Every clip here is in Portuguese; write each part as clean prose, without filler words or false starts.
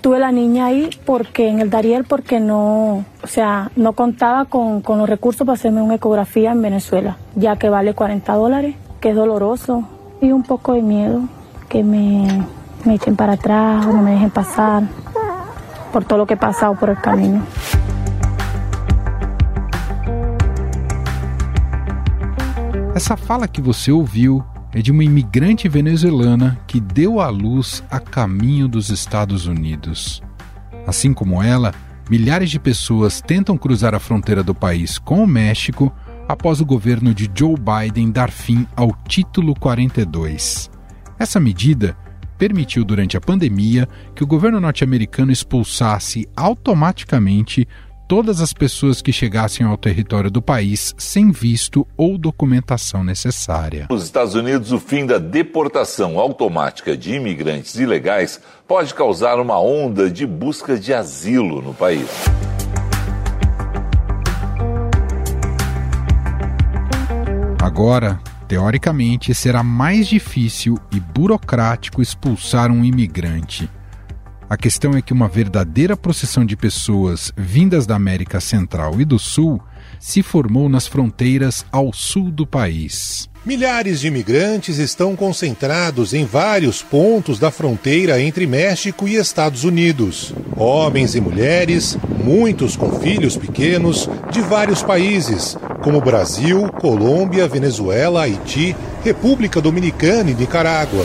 tuve la niña ahí porque en el Dariel porque no contaba con los recursos para hacerme una ecografía en Venezuela, ya que vale $40, que es doloroso y un poco de miedo que me echen para atrás o no me dejen pasar por todo lo que he pasado por el camino. Essa fala que você ouviu é de uma imigrante venezuelana que deu à luz a caminho dos Estados Unidos. Assim como ela, milhares de pessoas tentam cruzar a fronteira do país com o México após o governo de Joe Biden dar fim ao Título 42. Essa medida permitiu durante a pandemia que o governo norte-americano expulsasse automaticamente todas as pessoas que chegassem ao território do país sem visto ou documentação necessária. Nos Estados Unidos, o fim da deportação automática de imigrantes ilegais pode causar uma onda de busca de asilo no país. Agora, teoricamente, será mais difícil e burocrático expulsar um imigrante. A questão é que uma verdadeira procissão de pessoas vindas da América Central e do Sul se formou nas fronteiras ao sul do país. Milhares de imigrantes estão concentrados em vários pontos da fronteira entre México e Estados Unidos. Homens e mulheres, muitos com filhos pequenos, de vários países, como Brasil, Colômbia, Venezuela, Haiti, República Dominicana e Nicarágua.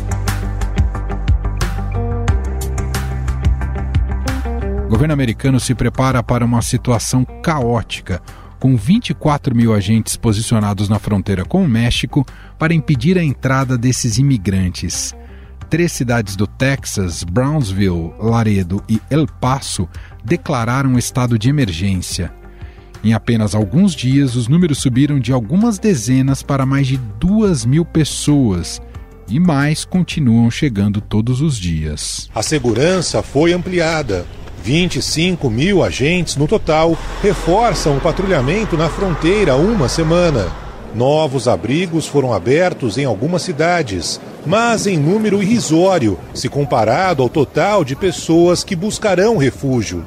O governo americano se prepara para uma situação caótica, com 24 mil agentes posicionados na fronteira com o México para impedir a entrada desses imigrantes. 3 cidades do Texas, Brownsville, Laredo e El Paso, declararam estado de emergência. Em apenas alguns dias, os números subiram de algumas dezenas para mais de 2.000 pessoas, e mais continuam chegando todos os dias. A segurança foi ampliada. 25 mil agentes no total reforçam o patrulhamento na fronteira há uma semana. Novos abrigos foram abertos em algumas cidades, mas em número irrisório, se comparado ao total de pessoas que buscarão refúgio.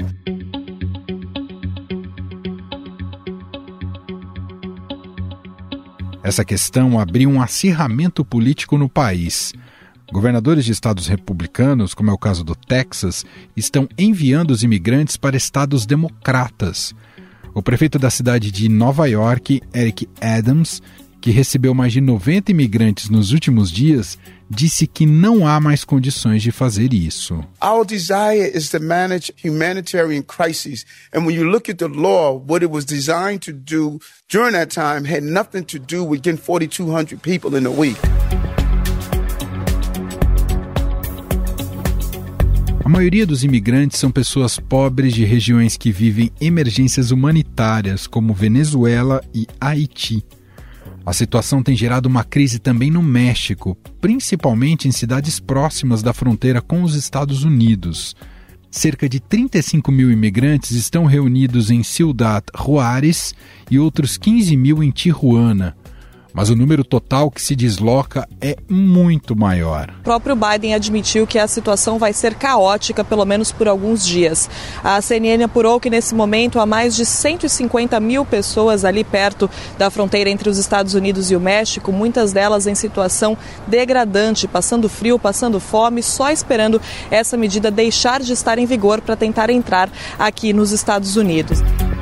Essa questão abriu um acirramento político no país. Governadores de estados republicanos, como é o caso do Texas, estão enviando os imigrantes para estados democratas. O prefeito da cidade de Nova York, Eric Adams, que recebeu mais de 90 imigrantes nos últimos dias, disse que não há mais condições de fazer isso. Our desire is to manage humanitarian crises. And when you look at the law, what it was designed to do during that time had nothing to do with getting 4,200 people in a week. A maioria dos imigrantes são pessoas pobres de regiões que vivem emergências humanitárias, como Venezuela e Haiti. A situação tem gerado uma crise também no México, principalmente em cidades próximas da fronteira com os Estados Unidos. Cerca de 35 mil imigrantes estão reunidos em Ciudad Juárez e outros 15 mil em Tijuana. Mas o número total que se desloca é muito maior. O próprio Biden admitiu que a situação vai ser caótica, pelo menos por alguns dias. A CNN apurou que nesse momento há mais de 150 mil pessoas ali perto da fronteira entre os Estados Unidos e o México, muitas delas em situação degradante, passando frio, passando fome, só esperando essa medida deixar de estar em vigor para tentar entrar aqui nos Estados Unidos.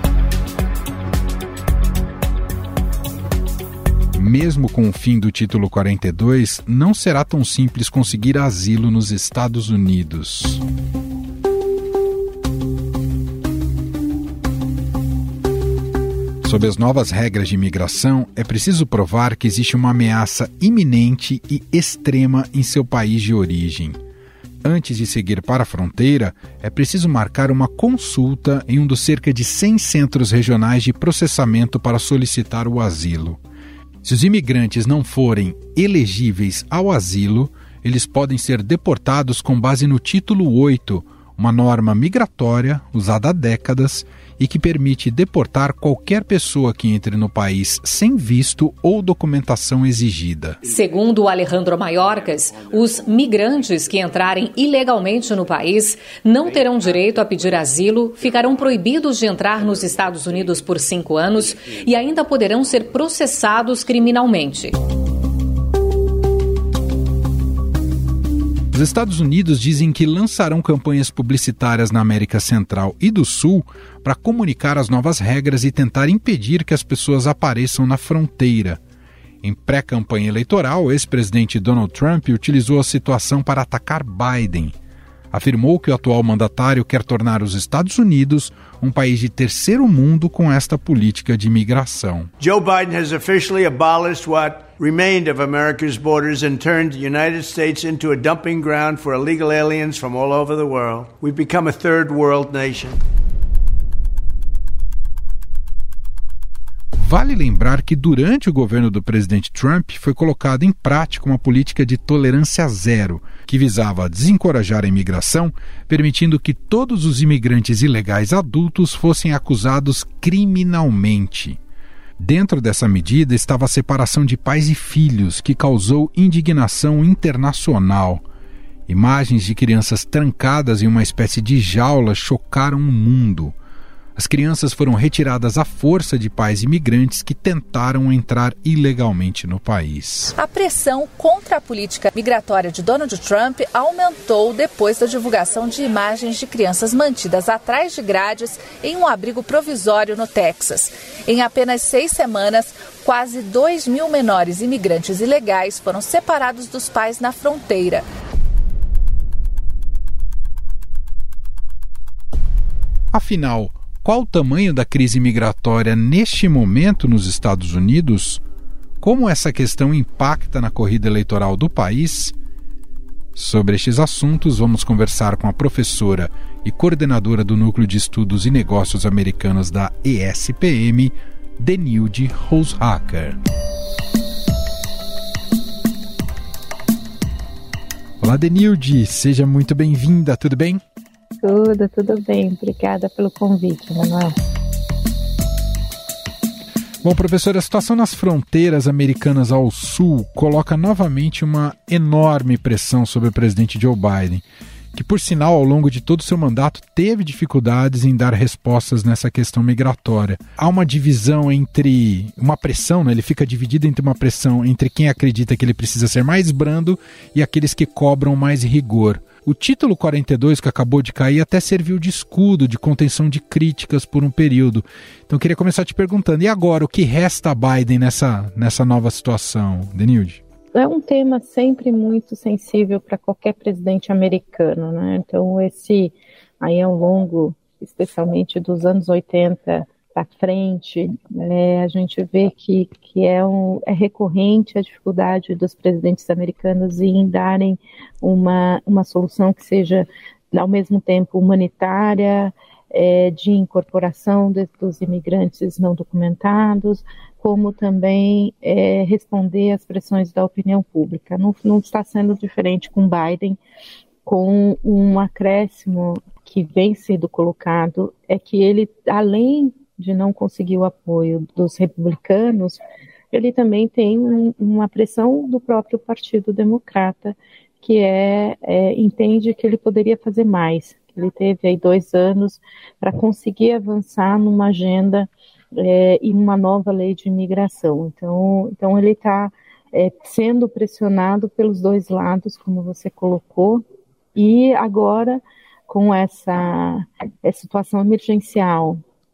Mesmo com o fim do Título 42, não será tão simples conseguir asilo nos Estados Unidos. Sob as novas regras de imigração, é preciso provar que existe uma ameaça iminente e extrema em seu país de origem. Antes de seguir para a fronteira, é preciso marcar uma consulta em um dos cerca de 100 centros regionais de processamento para solicitar o asilo. Se os imigrantes não forem elegíveis ao asilo, eles podem ser deportados com base no Título 8, uma norma migratória usada há décadas e que permite deportar qualquer pessoa que entre no país sem visto ou documentação exigida. Segundo Alejandro Mayorkas, os migrantes que entrarem ilegalmente no país não terão direito a pedir asilo, ficarão proibidos de entrar nos Estados Unidos por 5 anos e ainda poderão ser processados criminalmente. Os Estados Unidos dizem que lançarão campanhas publicitárias na América Central e do Sul para comunicar as novas regras e tentar impedir que as pessoas apareçam na fronteira. Em pré-campanha eleitoral, o ex-presidente Donald Trump utilizou a situação para atacar Biden. Afirmou que o atual mandatário quer tornar os Estados Unidos um país de terceiro mundo com esta política de imigração. Joe Biden has officially abolished what remained of America's borders and turned the United States into a dumping ground for illegal aliens from all over the world. We've become a third world nation. Vale lembrar que durante o governo do presidente Trump foi colocada em prática uma política de tolerância zero, que visava desencorajar a imigração, permitindo que todos os imigrantes ilegais adultos fossem acusados criminalmente. Dentro dessa medida estava a separação de pais e filhos, que causou indignação internacional. Imagens de crianças trancadas em uma espécie de jaula chocaram o mundo. As crianças foram retiradas à força de pais imigrantes que tentaram entrar ilegalmente no país. A pressão contra a política migratória de Donald Trump aumentou depois da divulgação de imagens de crianças mantidas atrás de grades em um abrigo provisório no Texas. Em apenas 6 semanas, quase 2.000 menores imigrantes ilegais foram separados dos pais na fronteira. Afinal, qual o tamanho da crise migratória neste momento nos Estados Unidos? Como essa questão impacta na corrida eleitoral do país? Sobre estes assuntos, vamos conversar com a professora e coordenadora do Núcleo de Estudos e Negócios Americanos da ESPM, Denilde Roushacker. Olá, Denilde, seja muito bem-vinda, tudo bem? Tudo bem. Obrigada pelo convite, Manuel. Bom, professora, a situação nas fronteiras americanas ao sul coloca novamente uma enorme pressão sobre o presidente Joe Biden, que, por sinal, ao longo de todo o seu mandato, teve dificuldades em dar respostas nessa questão migratória. Há uma divisão entre uma pressão, né? Ele fica dividido entre uma pressão entre quem acredita que ele precisa ser mais brando e aqueles que cobram mais rigor. O título 42, que acabou de cair, até serviu de escudo, de contenção de críticas por um período. Então eu queria começar te perguntando, e agora, o que resta a Biden nessa nova situação, Denilde? É um tema sempre muito sensível para qualquer presidente americano, né? Então esse aí ao longo, especialmente dos anos 80 para frente, a gente vê que é recorrente a dificuldade dos presidentes americanos em darem uma solução que seja, ao mesmo tempo, humanitária, de incorporação dos imigrantes não documentados, como também responder às pressões da opinião pública. Não está sendo diferente com Biden, com um acréscimo que vem sendo colocado, é que ele, além de não conseguir o apoio dos republicanos, ele também tem uma pressão do próprio Partido Democrata, que entende que ele poderia fazer mais. Ele teve aí 2 anos para conseguir avançar numa agenda e numa nova lei de imigração. Então ele está sendo pressionado pelos 2 lados, como você colocou, e agora com essa situação emergencial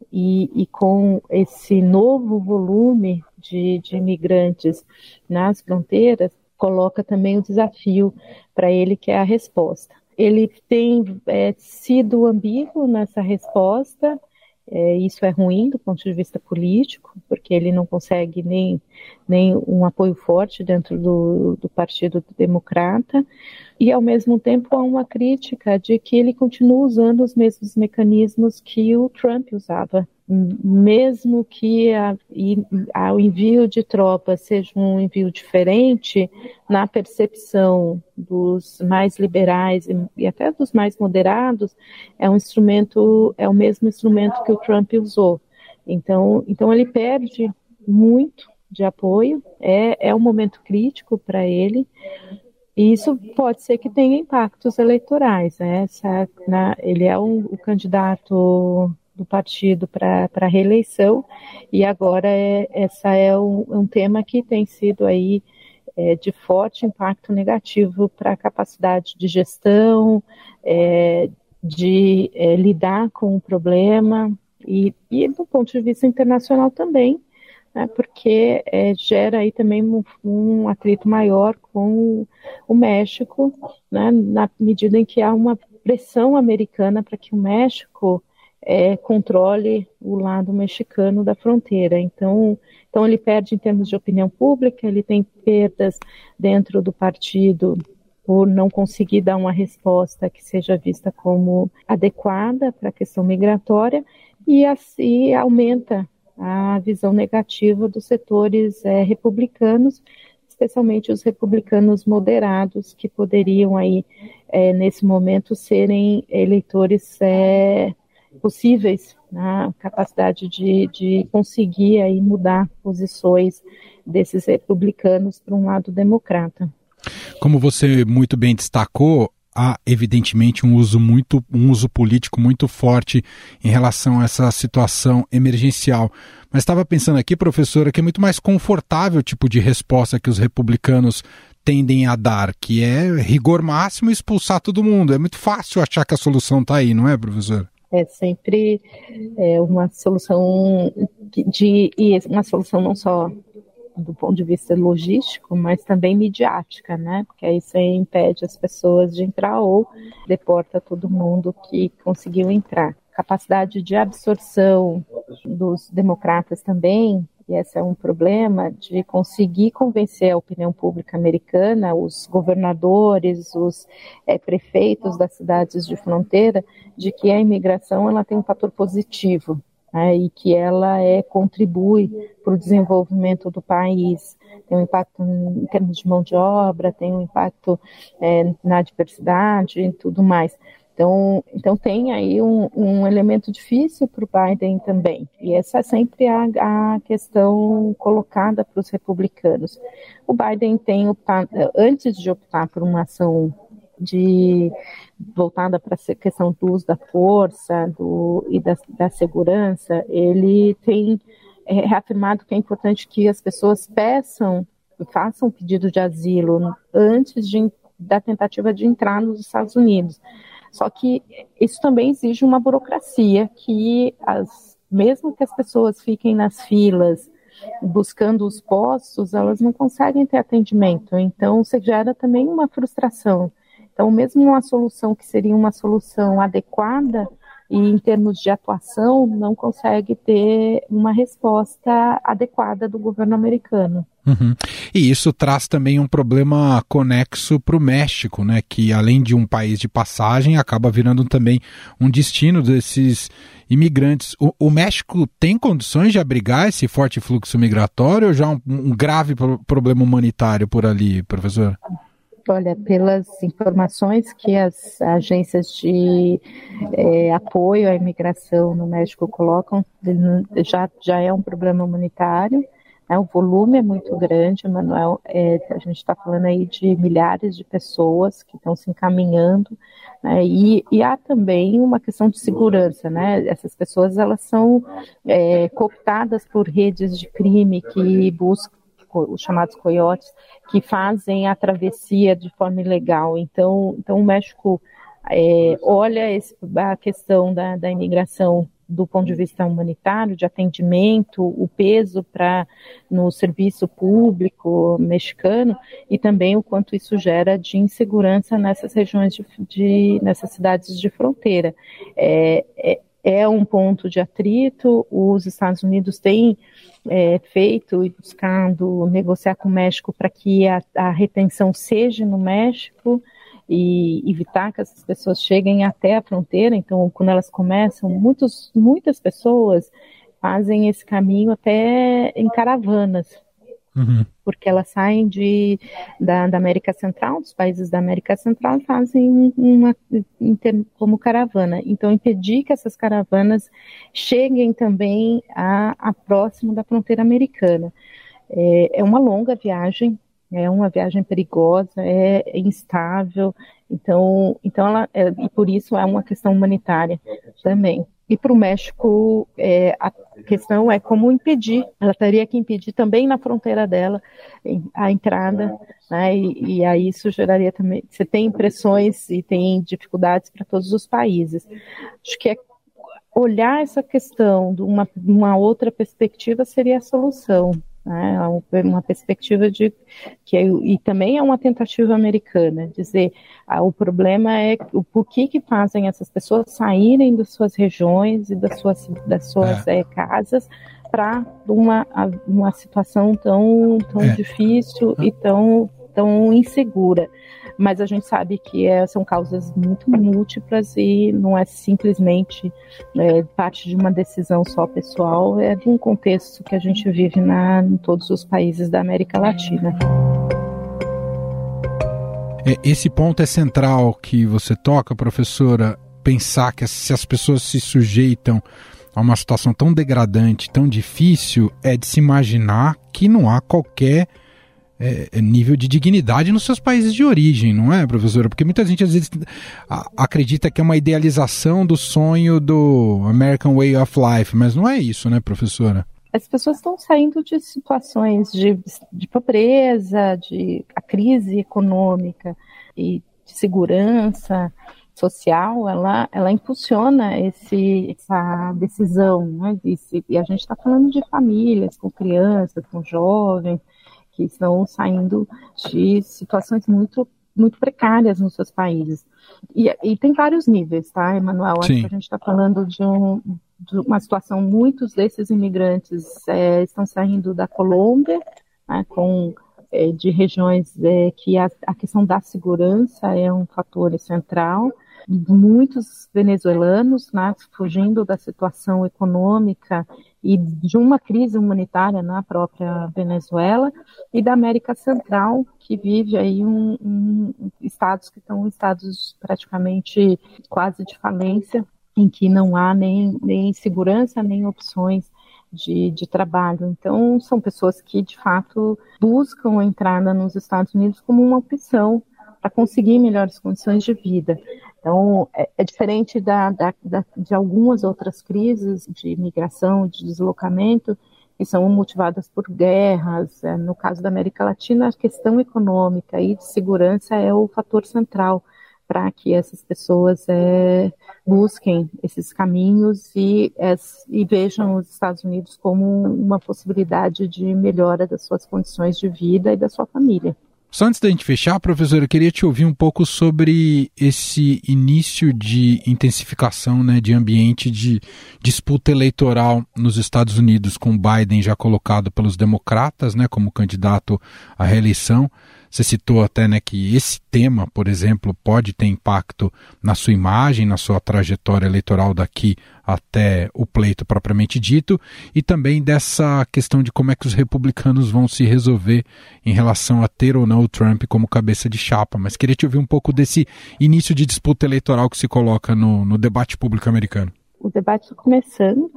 e com esse novo volume de imigrantes nas fronteiras, coloca também o desafio para ele, que é a resposta. Ele tem sido ambíguo nessa resposta, isso é ruim do ponto de vista político, porque ele não consegue nem um apoio forte dentro do Partido Democrata, E, ao mesmo tempo, há uma crítica de que ele continua usando os mesmos mecanismos que o Trump usava. Mesmo que o envio de tropas seja um envio diferente, na percepção dos mais liberais e até dos mais moderados, é o mesmo instrumento que o Trump usou. Então ele perde muito de apoio, é um momento crítico para ele. E isso pode ser que tenha impactos eleitorais, né? Ele é o candidato do partido para a reeleição, e agora essa é um tema que tem sido aí de forte impacto negativo para a capacidade de gestão, de lidar com o problema, e do ponto de vista internacional também, né, porque gera aí também um atrito maior com o México, né, na medida em que há uma pressão americana para que o México controle o lado mexicano da fronteira. Então ele perde em termos de opinião pública, ele tem perdas dentro do partido por não conseguir dar uma resposta que seja vista como adequada para a questão migratória, e assim aumenta a visão negativa dos setores republicanos, especialmente os republicanos moderados, que poderiam aí, nesse momento, serem eleitores possíveis, na capacidade de conseguir aí mudar posições desses republicanos para um lado democrata. Como você muito bem destacou, há evidentemente um uso político muito forte em relação a essa situação emergencial. Mas estava pensando aqui, professora, que é muito mais confortável o tipo de resposta que os republicanos tendem a dar, que é rigor máximo e expulsar todo mundo. É muito fácil achar que a solução está aí, não é, professora? É sempre uma solução e uma solução não só do ponto de vista logístico, mas também midiática, né? Porque aí você impede as pessoas de entrar ou deporta todo mundo que conseguiu entrar. Capacidade de absorção dos democratas também, e esse é um problema, de conseguir convencer a opinião pública americana, os governadores, os prefeitos das cidades de fronteira, de que a imigração ela tem um fator positivo, e que ela contribui para o desenvolvimento do país, tem um impacto em termos de mão de obra, tem um impacto na diversidade e tudo mais. Então tem aí um elemento difícil para o Biden também, e essa é sempre a questão colocada para os republicanos. O Biden tem optado, antes de optar por uma ação voltada para a questão do uso da força e da segurança, ele tem reafirmado que é importante que as pessoas façam pedido de asilo antes da tentativa de entrar nos Estados Unidos. Só que isso também exige uma burocracia que, mesmo que as pessoas fiquem nas filas buscando os postos, elas não conseguem ter atendimento. Então, isso gera também uma frustração. Então, mesmo uma solução que seria uma solução adequada e em termos de atuação, não consegue ter uma resposta adequada do governo americano. Uhum. E isso traz também um problema conexo para o México, né? Que além de um país de passagem, acaba virando também um destino desses imigrantes. O México tem condições de abrigar esse forte fluxo migratório ou já um grave problema humanitário por ali, professor? Olha, pelas informações que as agências de apoio à imigração no México colocam, já é um problema humanitário. O volume é muito grande, Manuel. A gente está falando aí de milhares de pessoas que estão se encaminhando, né? E há também uma questão de segurança, né? Essas pessoas elas são cooptadas por redes de crime que buscam, os chamados coiotes, que fazem a travessia de forma ilegal. Então o México olha a questão da imigração do ponto de vista humanitário, de atendimento, o peso no serviço público mexicano e também o quanto isso gera de insegurança nessas regiões, nessas cidades de fronteira. É um ponto de atrito. Os Estados Unidos têm feito e buscado negociar com o México para que a retenção seja no México. e evitar que essas pessoas cheguem até a fronteira. Então, quando elas começam, muitas pessoas fazem esse caminho até em caravanas, porque elas saem da América Central, dos países da América Central, e fazem como caravana. Então, impedir que essas caravanas cheguem também a próximo da fronteira americana. É uma longa viagem, é uma viagem perigosa, é instável, então e por isso é uma questão humanitária também. E para o México, a questão é como impedir, ela teria que impedir também na fronteira dela a entrada, né, e aí isso geraria também, você tem pressões e tem dificuldades para todos os países. Acho que olhar essa questão de uma outra perspectiva seria a solução. Uma perspectiva e também é uma tentativa americana, dizer, o problema é o porquê que fazem essas pessoas saírem das suas regiões e das suas casas para uma situação tão difícil e tão insegura. Mas a gente sabe que são causas muito múltiplas e não é simplesmente parte de uma decisão só pessoal, é de um contexto que a gente vive em todos os países da América Latina. Esse ponto é central que você toca, professora, pensar que se as pessoas se sujeitam a uma situação tão degradante, tão difícil, é de se imaginar que não há qualquer nível de dignidade nos seus países de origem, não é, professora? Porque muita gente às vezes acredita que é uma idealização do sonho do American Way of Life, mas não é isso, né, professora? As pessoas estão saindo de situações de pobreza, a crise econômica e de segurança social, ela impulsiona essa decisão, né? E a gente está falando de famílias com crianças, com jovens, que estão saindo de situações muito, muito precárias nos seus países. E tem vários níveis, tá, Emanuel? Acho que a gente está falando de uma situação, muitos desses imigrantes estão saindo da Colômbia, né, de regiões que a questão da segurança é um fator central. Muitos venezuelanos, né, fugindo da situação econômica e de uma crise humanitária na própria Venezuela, e da América Central, que vive aí estados que estão em estados praticamente quase de falência, em que não há nem segurança, nem opções de trabalho. Então, são pessoas que, de fato, buscam a entrada nos Estados Unidos como uma opção para conseguir melhores condições de vida. Então, é diferente de algumas outras crises de imigração, de deslocamento, que são motivadas por guerras. No caso da América Latina, a questão econômica e de segurança é o fator central para que essas pessoas busquem esses caminhos e vejam os Estados Unidos como uma possibilidade de melhora das suas condições de vida e da sua família. Só antes da gente fechar, professora, eu queria te ouvir um pouco sobre esse início de intensificação, né, de ambiente de disputa eleitoral nos Estados Unidos, com Biden já colocado pelos democratas, né, como candidato à reeleição. Você citou até, né, que esse tema, por exemplo, pode ter impacto na sua imagem, na sua trajetória eleitoral daqui até o pleito propriamente dito, e também dessa questão de como é que os republicanos vão se resolver em relação a ter ou não o Trump como cabeça de chapa. Mas queria te ouvir um pouco desse início de disputa eleitoral que se coloca no debate público americano. O debate está começando.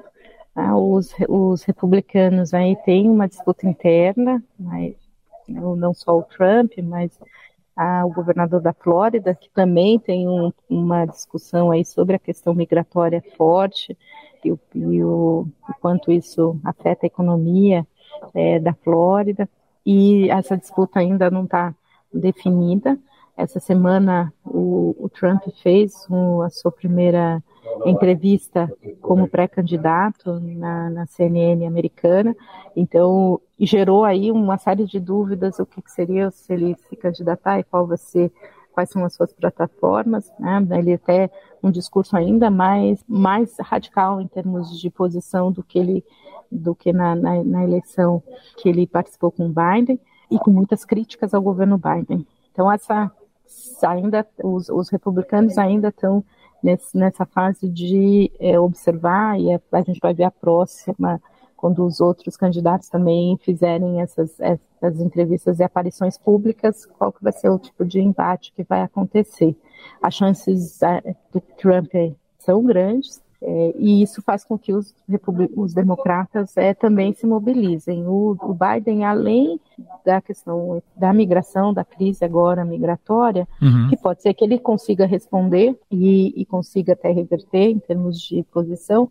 Os republicanos aí têm uma disputa interna, mas não só o Trump, mas o governador da Flórida, que também tem uma discussão aí sobre a questão migratória forte e o quanto isso afeta a economia da Flórida. E essa disputa ainda não está definida. Essa semana o Trump fez a sua primeira entrevista como pré-candidato na CNN americana, então gerou aí uma série de dúvidas o que seria se ele se candidatar e quais são as suas plataformas, né? Ele até um discurso ainda mais radical em termos de posição do que na eleição que ele participou com o Biden, e com muitas críticas ao governo Biden. Então essa os republicanos ainda estão nessa fase de observar, e a gente vai ver a próxima, quando os outros candidatos também fizerem essas entrevistas e aparições públicas, qual que vai ser o tipo de embate que vai acontecer. As chances do Trump são grandes, e isso faz com que os democratas também se mobilizem. O Biden, além da questão da migração, da crise agora migratória, que pode ser que ele consiga responder e consiga até reverter em termos de posição,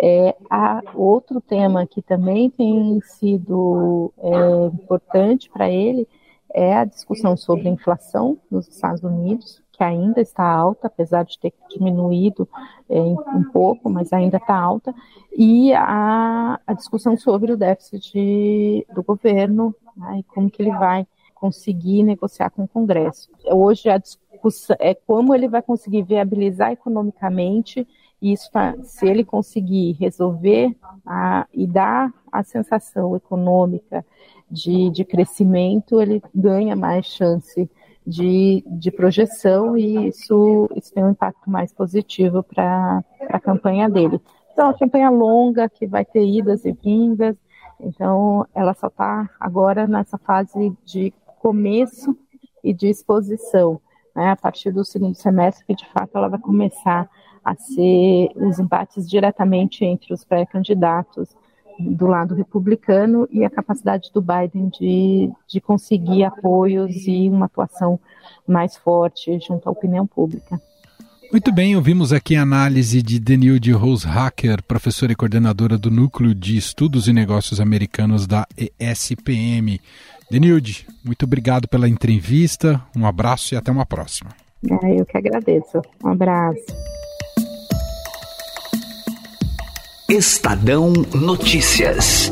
há outro tema que também tem sido importante para ele, é a discussão sobre a inflação nos Estados Unidos, que ainda está alta, apesar de ter diminuído um pouco, mas ainda está alta, e a discussão sobre o déficit do governo, né, e como que ele vai conseguir negociar com o Congresso. Hoje a discussão é como ele vai conseguir viabilizar economicamente isso, se ele conseguir resolver e dar a sensação econômica de crescimento, ele ganha mais chance de projeção, e isso tem um impacto mais positivo para a campanha dele. Então, é uma campanha longa, que vai ter idas e vindas, então ela só está agora nessa fase de começo e de exposição, né? A partir do segundo semestre, que de fato ela vai começar a ser os embates diretamente entre os pré-candidatos do lado republicano e a capacidade do Biden de conseguir apoios e uma atuação mais forte junto à opinião pública. Muito bem, ouvimos aqui a análise de Denilde Rosshacker, professora e coordenadora do Núcleo de Estudos e Negócios Americanos da ESPM. Denilde, muito obrigado pela entrevista, um abraço e até uma próxima. Eu que agradeço, um abraço. Estadão Notícias.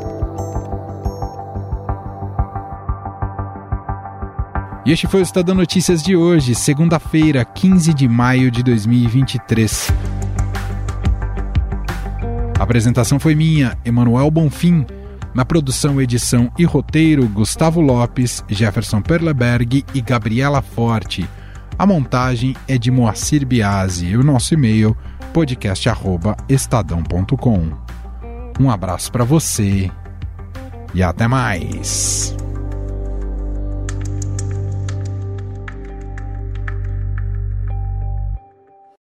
E este foi o Estadão Notícias de hoje, segunda-feira, 15 de maio de 2023. A apresentação foi minha, Emanuel Bonfim. Na produção, edição e roteiro, Gustavo Lopes, Jefferson Perleberg e Gabriela Forte. A montagem é de Moacir Biasi e o nosso e-mail podcast@estadão.com. Um abraço para você e até mais.